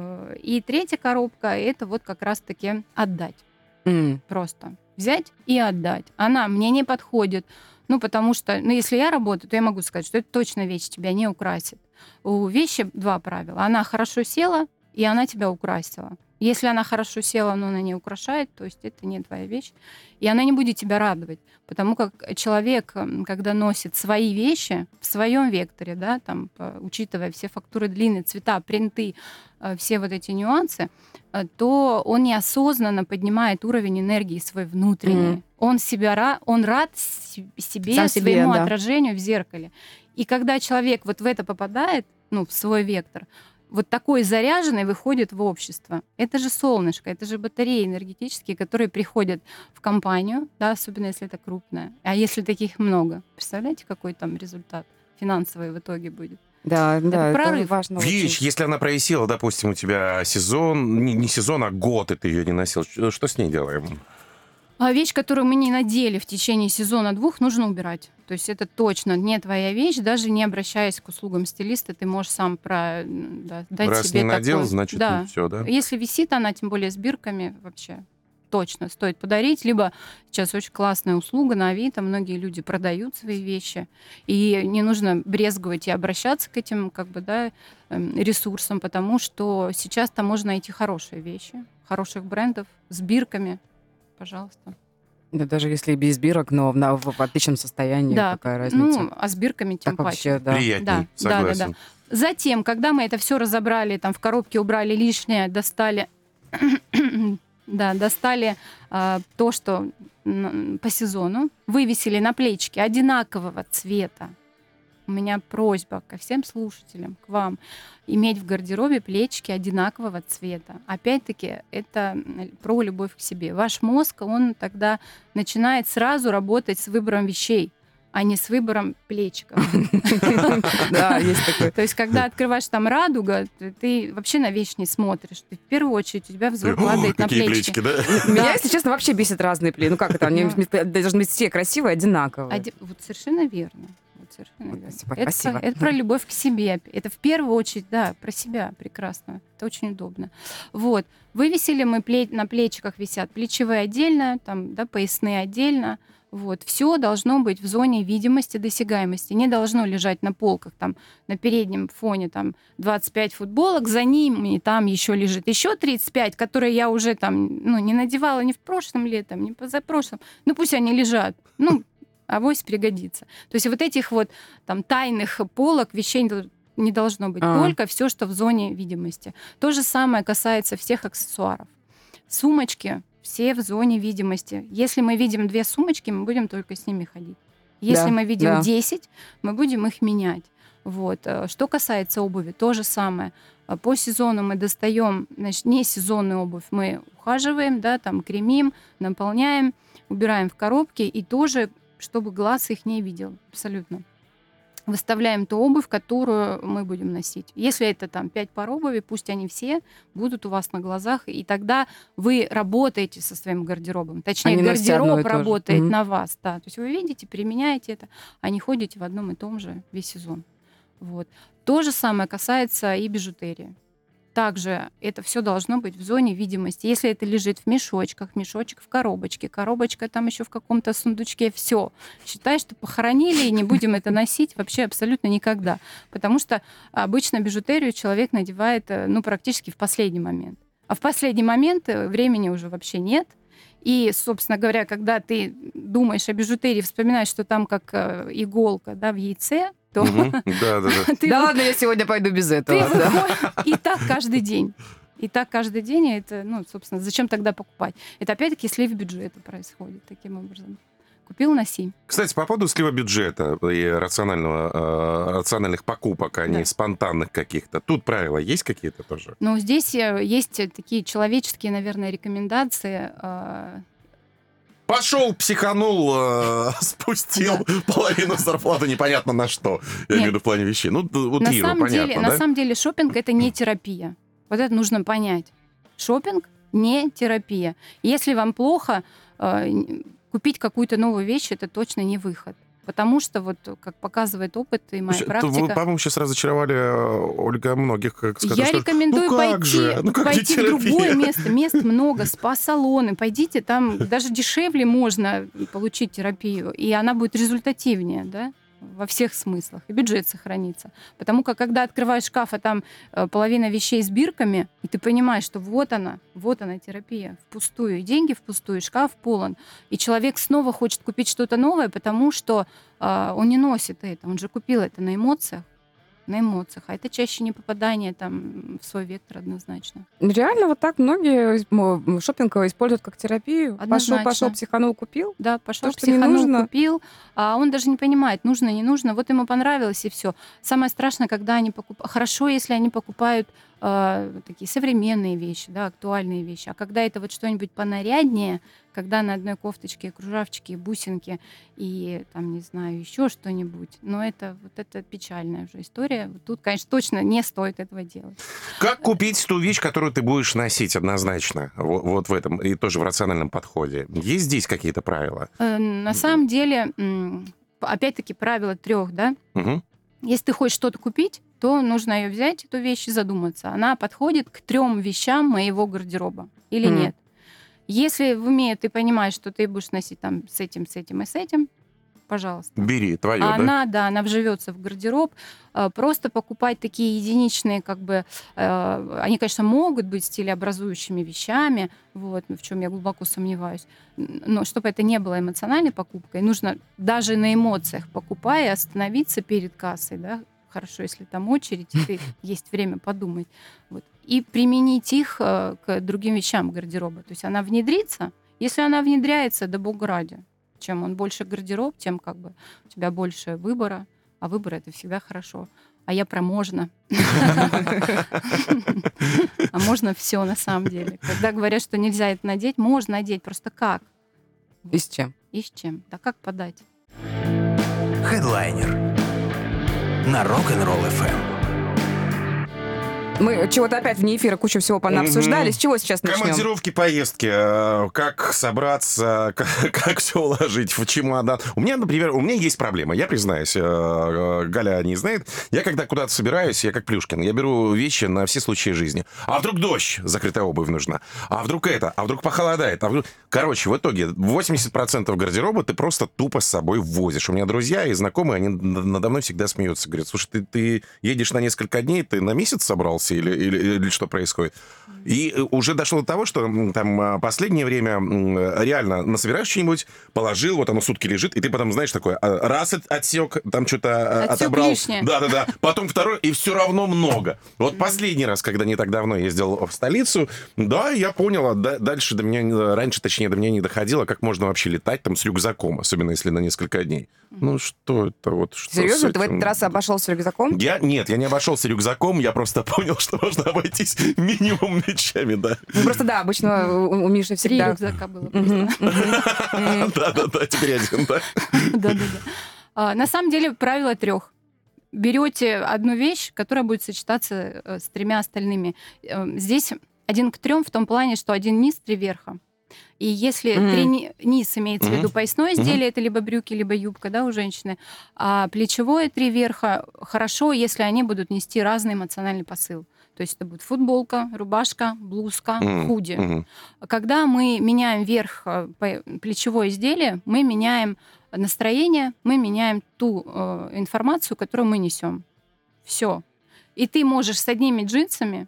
И третья коробка, это вот как раз-таки отдать. Mm. Просто взять и отдать. Она мне не подходит. Ну, потому что, ну, если я работаю, то я могу сказать, что это точно вещь тебя не украсит. У вещи два правила. Она хорошо села, и она тебя украсила. Если она хорошо села, но она не украшает, то есть это не твоя вещь, и она не будет тебя радовать. Потому как человек, когда носит свои вещи в своем векторе, да, там, учитывая все фактуры длины, цвета, принты, все вот эти нюансы, то он неосознанно поднимает уровень энергии свой внутренний. Mm. Он, себя, он рад себе, Сам своему себе, да. отражению в зеркале. И когда человек вот в это попадает, ну, в свой вектор, вот такой заряженный выходит в общество. Это же солнышко, это же батареи энергетические, которые приходят в компанию, да, особенно если это крупная. А если таких много, представляете, какой там результат финансовый в итоге будет? Да, это да, прорыв. это важно. Вещь, очень. если она провисела, допустим, у тебя сезон, не, не сезон, а год, и ты ее не носил, что, что с ней делаем? А вещь, которую мы не надели в течение сезона-двух, нужно убирать. То есть это точно не твоя вещь, даже не обращаясь к услугам стилиста, ты можешь сам про, да, дать Раз себе не надел, такой... значит, да. не все, да? Если висит она, тем более с бирками, вообще точно стоит подарить. Либо сейчас очень классная услуга на Авито, многие люди продают свои вещи, и не нужно брезговать и обращаться к этим как бы, да, ресурсам, потому что сейчас там можно найти хорошие вещи, хороших брендов с бирками. Пожалуйста. Да, даже если и без бирок, но в, в, в отличном состоянии, да, какая разница? Ну, а с бирками тем так паче. Вообще, да. Приятней, да, согласен. Да, да, да. Затем, когда мы это все разобрали, там в коробке убрали лишнее, достали, да, достали э, то, что м, по сезону, вывесили на плечики одинакового цвета. У меня просьба ко всем слушателям, к вам, иметь в гардеробе плечики одинакового цвета. Опять-таки, это про любовь к себе. Ваш мозг, он тогда начинает сразу работать с выбором вещей, а не с выбором плечиков. Да, есть такое. То есть, когда открываешь там радуга, ты вообще на вещь не смотришь. Ты в первую очередь у тебя взор падает на Какие плечики. плечики, да? Меня, если честно, вообще бесит разные плечи. Ну как это? Они должны быть все красивые, одинаковые. Вот совершенно верно. Совершенно верно. Спасибо, это, спасибо. Это про любовь к себе. Это в первую очередь, да, про себя прекрасно. Это очень удобно. Вот. Вывесили мы, на плечиках висят плечевые отдельно, там, да, поясные отдельно. Вот. Все должно быть в зоне видимости, досягаемости. Не должно лежать на полках, там, на переднем фоне там, двадцать пять футболок, за ними там еще лежит еще тридцать пять, которые я уже там, ну, не надевала ни в прошлом летом, ни позапрошлом. Ну, пусть они лежат. Ну, авось пригодится. То есть вот этих вот там тайных полок, вещей Не должно быть. А. Только все, что в зоне видимости. То же самое касается всех аксессуаров. Сумочки все в зоне видимости. Если мы видим две сумочки, мы будем только с ними ходить. Если Да, мы видим да. десять, мы будем их менять. Вот. Э, Что касается обуви, то же самое. Э, По сезону мы достаем, значит, не сезонную обувь, мы ухаживаем, да, там кремим, наполняем, убираем в коробки и тоже, чтобы глаз их не видел абсолютно. Выставляем ту обувь, которую мы будем носить. Если это там пять пар обуви, пусть они все будут у вас на глазах, и тогда вы работаете со своим гардеробом. Точнее, Они носят одно и гардероб то же. работает Мгм. на вас. Да. То есть вы видите, применяете это, а не ходите в одном и том же весь сезон. Вот. То же самое касается и бижутерии. Также это все должно быть в зоне видимости. Если это лежит в мешочках, мешочек в коробочке, коробочка там еще в каком-то сундучке, все. Считай, что похоронили и не будем это носить вообще абсолютно никогда. Потому что обычно бижутерию человек надевает, э, ну, практически в последний момент. А в последний момент э, времени уже вообще нет. И, собственно говоря, когда ты думаешь о бижутерии, вспоминаешь, что там как э, иголка, да, в яйце, то Мгм. Да, да, да. ты Да вот- ладно, я сегодня пойду без ты этого. да. выходишь, и так каждый день. И так каждый день, и это, ну, собственно, зачем тогда покупать? Это опять-таки слив бюджета происходит таким образом. Купил, носи. Кстати, по поводу слива бюджета и рационального, э, рациональных покупок, а не Да. спонтанных каких-то. Тут правила есть какие-то тоже? Но здесь э, есть э, такие человеческие, наверное, рекомендации. э, Пошел, психанул, э, спустил половину зарплаты непонятно на что. Я Нет. имею в виду в плане вещей. Ну, д- На утрирую, самом деле, понятно, на да? самом деле шопинг это не терапия. Вот это нужно понять. Шопинг не терапия. Если вам плохо, э, н- купить какую-то новую вещь это точно не выход. Потому что, вот, как показывает опыт и моя Слушай, то вы, практика, по-моему, сейчас разочаровали, э, Ольга, многих, как сказать, я что- рекомендую ну как пойти, же, ну как не пойти в терапия? другое место. Мест много, спа-салоны. Пойдите, там даже дешевле можно получить терапию, и она будет результативнее, да, во всех смыслах, и бюджет сохранится. Потому как, когда открываешь шкаф, а там э, половина вещей с бирками, и ты понимаешь, что вот она, вот она терапия, впустую, и деньги впустую, и шкаф полон. И человек снова хочет купить что-то новое, потому что э, он не носит это, он же купил это на эмоциях, на эмоциях, а это чаще не попадание там в свой вектор однозначно. Реально вот так многие м, шопинг используют как терапию. Пошел, Однозначно. пошел, психанул, купил. Да, пошел, То, что не психанул, нужно. купил, а он даже не понимает, нужно, не нужно. Вот ему понравилось, и все. Самое страшное, когда они покупают... Хорошо, если они покупают э, такие современные вещи, да, актуальные вещи. А когда это вот что-нибудь понаряднее, когда на одной кофточке кружавчики, бусинки и, там, не знаю, еще что-нибудь, но это вот это печальная уже история. Вот тут, конечно, точно не стоит этого делать. Как купить ту вещь, которую ты будешь носить однозначно? Вот, вот в этом, и тоже в рациональном подходе. Есть здесь какие-то правила? Э, На самом деле, м, опять-таки, правило трех, да, Мгм. если ты хочешь что-то купить, то нужно ее взять, эту вещь, и задуматься. Она подходит к трем вещам моего гардероба или Мгм. нет. Если в уме ты понимаешь, что ты будешь носить там с этим, с этим и с этим, пожалуйста. Бери, твое, А да? она, да, она вживется в гардероб. Э, Просто покупать такие единичные, как бы, э, они, конечно, могут быть стилеобразующими вещами, вот, в чем я глубоко сомневаюсь. Н- Но чтобы это не было эмоциональной покупкой, нужно даже на эмоциях, покупая, остановиться перед кассой, да, хорошо, если там очередь, и ты, есть время подумать, вот, и применить их э, к другим вещам гардероба. То есть она внедрится. Если она внедряется, да богу ради. Чем он больше гардероб, тем как бы у тебя больше выбора, а выбор это всегда хорошо. А я про можно. А можно все на самом деле. Когда говорят, что нельзя это надеть, можно надеть. Просто как? И с чем? И с чем? Да как подать? Хедлайнер на Rock'n'Roll эф эм. Мы чего-то опять вне эфира кучу всего понаобсуждали. Мгм. С чего сейчас начнем? Командировки, поездки, э, как собраться, как, как все уложить в чемодан. У меня, например, у меня есть проблема, я признаюсь, э, э, Галя не знает. Я когда куда-то собираюсь, я как Плюшкин, я беру вещи на все случаи жизни. А вдруг дождь, закрытая обувь нужна? А вдруг это? А вдруг похолодает? А вдруг... Короче, в итоге восемьдесят процентов гардероба ты просто тупо с собой возишь. У меня друзья и знакомые, они н- надо мной всегда смеются. Говорят, слушай, ты, ты едешь на несколько дней, ты на месяц собрался? стелится или, или, или что происходит. И уже дошло до того, что там последнее время реально насобираешь что-нибудь, положил, вот оно сутки лежит, и ты потом, знаешь, такое, раз отсек, там что-то Отсек отобрал. лишнее. Да-да-да. Потом второй, и все равно много. Вот последний раз, когда не так давно ездил в столицу, да, я понял, а дальше до меня, раньше, точнее, до меня не доходило, как можно вообще летать там с рюкзаком, особенно если на несколько дней. Ну, что это вот... Что Серьезно? Ты в этот раз обошел с рюкзаком? Я, нет, я не обошелся рюкзаком, я просто понял, что можно обойтись минимум вещами, да. Ну, просто, да, обычно у, у Миши Три всегда... рюкзака было просто. Да-да-да, теперь один, да. Да-да-да. На самом деле правило трех. Берете одну вещь, которая будет сочетаться с тремя остальными. Здесь один к трем в том плане, что один низ, три верха. И если Мгм. три ни- низ имеется в виду Мгм. поясное изделие, это либо брюки, либо юбка, да, у женщины, а плечевое три верха хорошо, если они будут нести разный эмоциональный посыл. То есть это будет футболка, рубашка, блузка, Мгм. худи. Мгм. Когда мы меняем верх э, по- плечевое изделие, мы меняем настроение, мы меняем ту э, информацию, которую мы несем. Все. И ты можешь с одними джинсами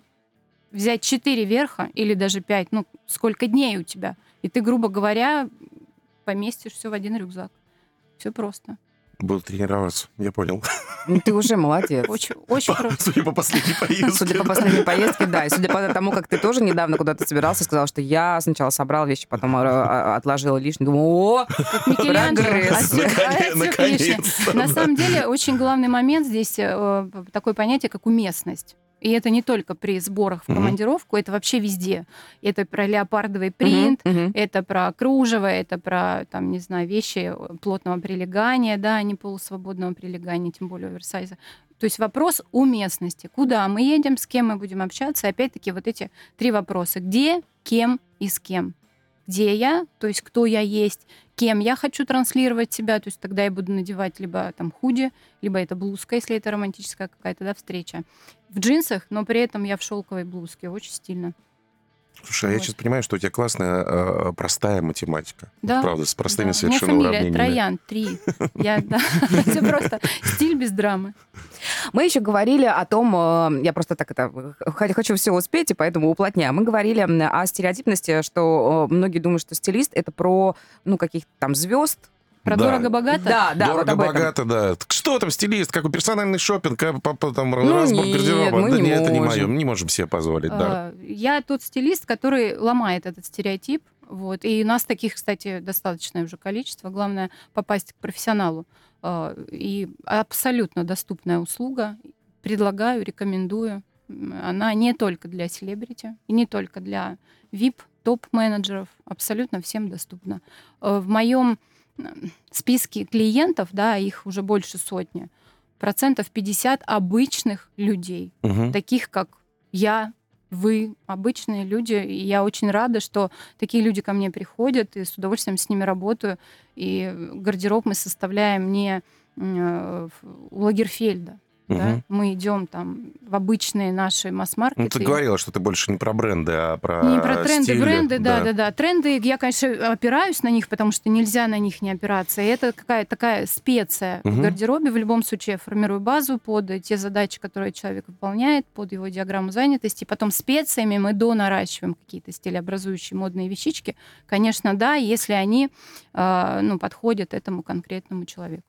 взять четыре верха или даже пять, ну, сколько дней у тебя, и ты, грубо говоря, поместишь все в один рюкзак. Все просто. Буду тренироваться, я понял. Ну, ты уже молодец. Очень, очень просто. Судя по последней поездке. Судя по последней поездке, да. И судя по тому, как ты тоже недавно куда-то собирался, сказал, что я сначала собрал вещи, потом а, отложил лишнее. Думаю, о, Микеланджело, прогресс. отсек- Наконец- отсек лишнее. наконец-то, На да. самом деле, очень главный момент здесь э, такое понятие, как уместность. И это не только при сборах в Мгм. командировку, это вообще везде. Это про леопардовый принт, Мгм, мгм. это про кружево, это про, там, не знаю, вещи плотного прилегания, да, а не полусвободного прилегания, тем более оверсайза. То есть вопрос уместности. Куда мы едем, с кем мы будем общаться. Опять-таки вот эти три вопроса. Где, кем и с кем. Где я, то есть кто я есть, кем я хочу транслировать себя, то есть тогда я буду надевать либо там худи, либо это блузка, если это романтическая какая-то, да, встреча. В джинсах, но при этом я в шелковой блузке, очень стильно. Слушай, а я Вот. сейчас понимаю, что у тебя классная э, простая математика. Да. Правда, с простыми Да. совершенно У меня фамилия уравнениями. Троян, три. Я, да, все просто стиль без драмы. Мы еще говорили о том, э, я просто так это х- хочу все успеть, и поэтому уплотняю. Мы говорили м, о стереотипности, что э, многие думают, что стилист это про ну каких-то там звезд. Про Да. дорого-богато? Да, да, вот об этом. Дорого-богато, да. Так что там стилист? Как у персональный шопинг, а, по- по- там Ну, разбор нет, гардероба? мы Да не нет, это не можем. мое. Мы не можем себе позволить, да. А, Я тот стилист, который ломает этот стереотип. Вот. И у нас таких, кстати, достаточное уже количество. Главное попасть к профессионалу. А, И абсолютно доступная услуга. Предлагаю, рекомендую. М, Она не только для селебрити, и не только для ви ай пи, топ-менеджеров. Абсолютно всем доступна. А, В моем м, списке клиентов, да, их уже больше сотни, процентов пятьдесят обычных людей, Мгм. таких как я, вы, обычные люди. И я очень рада, что такие люди ко мне приходят, и с удовольствием с ними работаю. И гардероб мы составляем не м, э, у Лагерфельда. Да? Мгм. Мы идем там в обычные наши масс-маркеты. Ну, ты говорила, что ты больше не про бренды, а про Не про тренды, стиль. бренды, да, да, да. Тренды, я, конечно, опираюсь на них, потому что нельзя на них не опираться. И это какая-то такая специя Мгм. в гардеробе. В любом случае я формирую базу под те задачи, которые человек выполняет, под его диаграмму занятости. Потом специями мы донаращиваем какие-то стилеобразующие модные вещички. Конечно, да, если они э, ну, подходят этому конкретному человеку.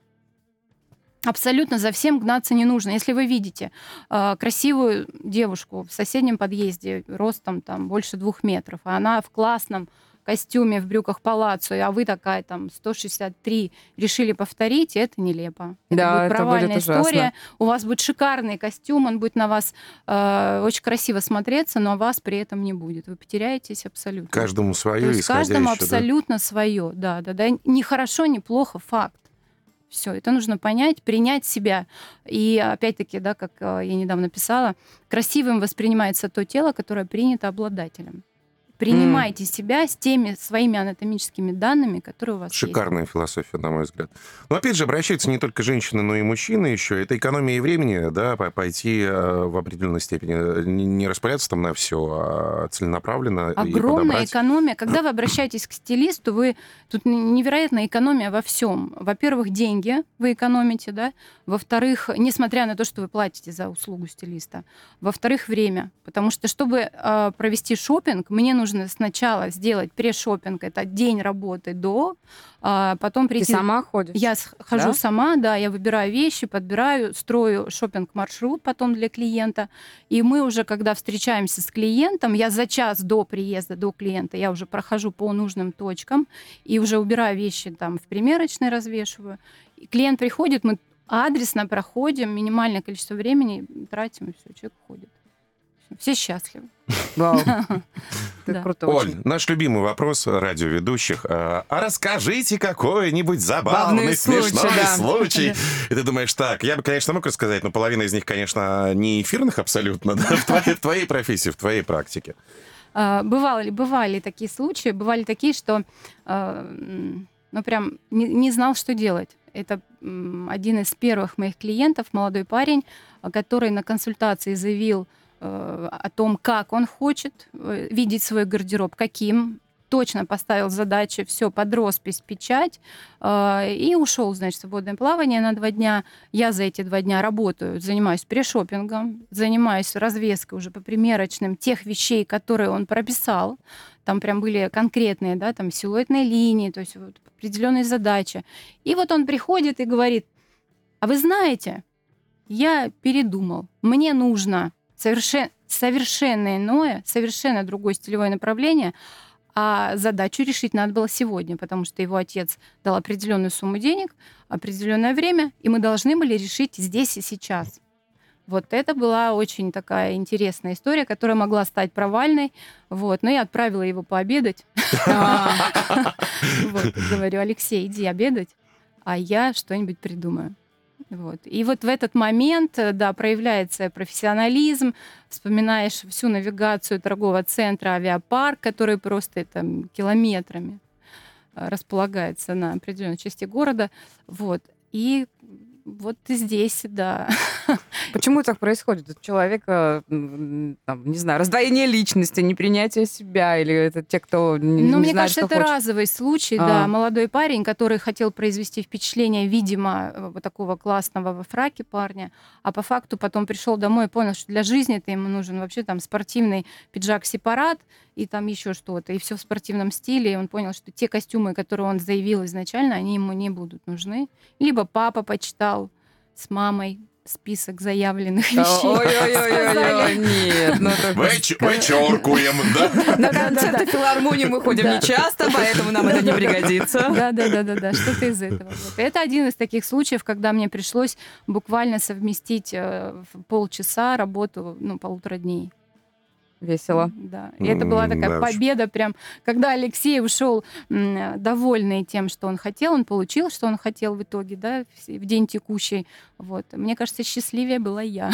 Абсолютно за всем гнаться не нужно. Если вы видите э, красивую девушку в соседнем подъезде ростом там больше двух метров, а она в классном костюме, в брюках палаццо, а вы такая там сто шестьдесят три, решили повторить, это нелепо. Да, это будет это провальная будет ужасно. история. У вас будет шикарный костюм, он будет на вас э, очень красиво смотреться, но вас при этом не будет. Вы потеряетесь абсолютно. Каждому свое, То есть исходя каждому еще, да. абсолютно свое. Да, да, да. Не хорошо, не плохо, факт. Все, это нужно понять, принять себя. И опять-таки, да, как э, я недавно писала, красивым воспринимается то тело, которое принято обладателем. Принимайте mm. себя с теми своими анатомическими данными, которые у вас Шикарная есть. философия, на мой взгляд. Но опять же, обращаются не только женщины, но и мужчины еще. Это экономия времени, да, пойти в определенной степени, не распыляться там на все, а целенаправленно. Огромная экономия. Когда вы обращаетесь к стилисту, вы тут невероятная экономия во всем. Во-первых, деньги вы экономите, да. Во-вторых, несмотря на то, что вы платите за услугу стилиста. Во-вторых, время. Потому что, чтобы э, провести шопинг, мне нужно нужно сначала сделать пре-шопинг, это день работы до, а потом прийти... Ты сама ходишь? Я хожу да? сама, да, я выбираю вещи, подбираю, строю шопинг-маршрут потом для клиента, и мы уже, когда встречаемся с клиентом, я за час до приезда, до клиента, я уже прохожу по нужным точкам и уже убираю вещи там в примерочной, развешиваю. И клиент приходит, мы адресно проходим, минимальное количество времени тратим, и все, человек уходит. Все счастливы. Вау. Это круто Оль, очень. наш любимый вопрос радиоведущих. А расскажите какой-нибудь забавный, Забавный случай, смешной да. случай. И ты думаешь, так, я бы, конечно, мог рассказать, но половина из них, конечно, не эфирных абсолютно, да, в, твоей, в твоей профессии, в твоей практике. Бывали, бывали такие случаи, бывали такие, что ну прям не, не знал, что делать. Это один из первых моих клиентов, молодой парень, который на консультации заявил о том, как он хочет видеть свой гардероб, каким, точно поставил задачи, все под роспись, печать, и ушел, значит, в свободное плавание на два дня. Я за эти два дня работаю, занимаюсь пре-шопингом, занимаюсь развеской уже по примерочным тех вещей, которые он прописал. Там прям были конкретные, да, там силуэтные линии, то есть вот определенные задачи. И вот он приходит и говорит: а вы знаете, я передумал, мне нужно Совершенно, совершенно иное, совершенно другое стилевое направление, а задачу решить надо было сегодня, потому что его отец дал определенную сумму денег, определенное время, и мы должны были решить здесь и сейчас. Вот это была очень такая интересная история, которая могла стать провальной. Вот. Но я отправила его пообедать. Говорю: Алексей, иди обедать, а я что-нибудь придумаю. Вот. И вот в этот момент, да, проявляется профессионализм, вспоминаешь всю навигацию торгового центра «Авиапарк», который просто там километрами располагается на определенной части города. Вот. И вот здесь, да. Почему так происходит? У человека, там, не знаю, раздвоение личности, непринятие себя, или это те, кто не, ну, не мне знает, кажется, что это хочет? разовый случай, А. да. Молодой парень, который хотел произвести впечатление, видимо, вот такого классного во фраке парня, а по факту потом пришел домой и понял, что для жизни-то ему нужен вообще там спортивный пиджак-сепарат и там еще что-то, и все в спортивном стиле. И он понял, что те костюмы, которые он заявил изначально, они ему не будут нужны. Либо папа почитал с мамой список заявленных вещей. Ой-ой-ой, нет. Ну, Вычеркуем, да? на концерты филармонии мы ходим не часто, поэтому нам это не пригодится. Да-да-да, что-то из этого. Это один из таких случаев, когда мне пришлось буквально совместить в полчаса работу, ну, полутора дней. Весело. Да. И это была такая победа прям, когда Алексей ушел довольный тем, что он хотел, он получил, что он хотел в итоге, да, в день текущий. Вот. Мне кажется, счастливее была я.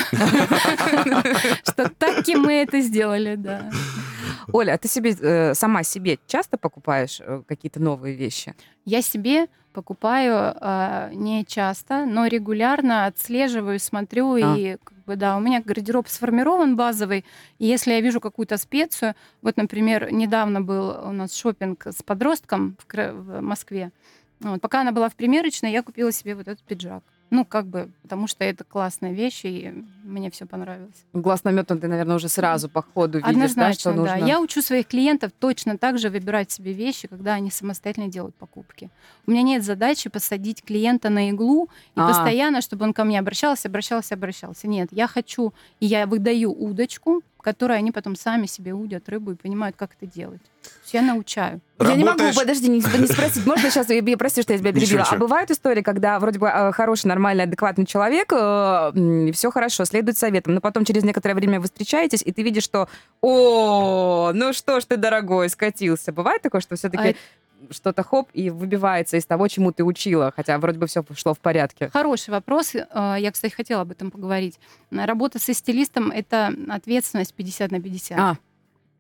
Что таки мы это сделали, да. Оля, а ты себе сама себе часто покупаешь какие-то новые вещи? Я себе покупаю э, не часто, но регулярно отслеживаю, смотрю, а. и как бы, да, у меня гардероб сформирован базовый, и если я вижу какую-то специю, вот, например, недавно был у нас шопинг с подростком в, в Москве, вот, пока она была в примерочной, я купила себе вот этот пиджак. Ну, как бы, потому что это классная вещь, и мне все понравилось. Глаз наметан ты, наверное, уже сразу по ходу видишь, однозначно, да, что нужно. Да. Я учу своих клиентов точно так же выбирать себе вещи, когда они самостоятельно делают покупки. У меня нет задачи посадить клиента на иглу и а. постоянно, чтобы он ко мне обращался, обращался, обращался. Нет, я хочу, и я выдаю удочку, которой они потом сами себе удят рыбу и понимают, как это делать. Я научаю. Работаешь... Я не могу, подожди, не, не спросить. Можно сейчас, я, прости, что я тебя перебила. Ничего, а бывают истории, когда вроде бы хороший, нормальный, адекватный человек, э, все хорошо, следует советам, но потом через некоторое время вы встречаетесь, и ты видишь, что «О, ну что ж ты, дорогой, скатился». Бывает такое, что все-таки а... что-то хоп, и выбивается из того, чему ты учила, хотя вроде бы все шло в порядке? Хороший вопрос. Я, кстати, хотела об этом поговорить. Работа со стилистом — это ответственность пятьдесят на пятьдесят. А.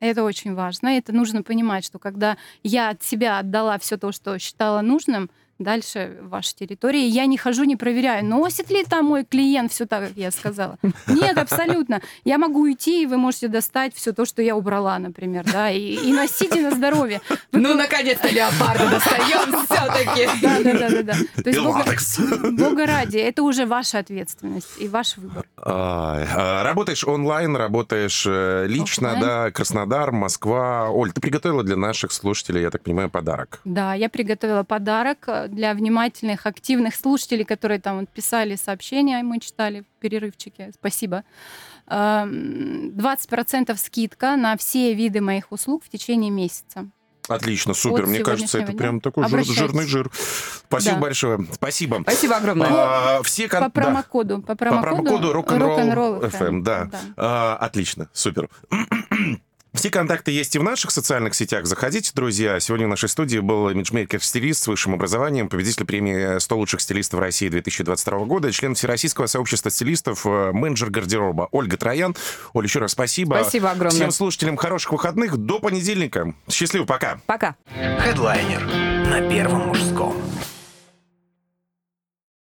Это очень важно. Это нужно понимать, что когда я от себя отдала все то, что считала нужным, дальше ваша территория. Я не хожу, не проверяю, носит ли там мой клиент все так, как я сказала. Нет, абсолютно. Я могу уйти, и вы можете достать все то, что я убрала, например, да, и, и носите на здоровье. Вы... Ну, наконец-то леопарда достаем все-таки. Да, да, да, да, да. То есть И бога... латекс. бога ради, это уже ваша ответственность и ваш выбор. А, а, работаешь онлайн, работаешь э, лично, Оффлайн. да, Краснодар, Москва. Оль, ты приготовила для наших слушателей, я так понимаю, подарок. Да, я приготовила подарок для внимательных, активных слушателей, которые там вот писали сообщения, мы читали в перерывчике. Спасибо. двадцать процентов скидка на все виды моих услуг в течение месяца. Отлично, супер. От Мне кажется, это сегодняшнего прям дня. такой жир- Обращайтесь. жирный жир. Спасибо Да. большое. Спасибо. Спасибо огромное. А, все кон- По да. промокоду. По По промокоду, промокоду Rock'n'Roll эф эм. эф эм, да. А, отлично, супер. Все контакты есть и в наших социальных сетях. Заходите, друзья. Сегодня в нашей студии был имиджмейкер-стилист с высшим образованием, победитель премии сто лучших стилистов России две тысячи двадцать второго года, член Всероссийского сообщества стилистов, э, менеджер гардероба Ольга Троян. Оль, еще раз спасибо. Спасибо огромное. Всем слушателям хороших выходных. До понедельника. Счастливо, пока. Пока. Хедлайнер на Первом мужском.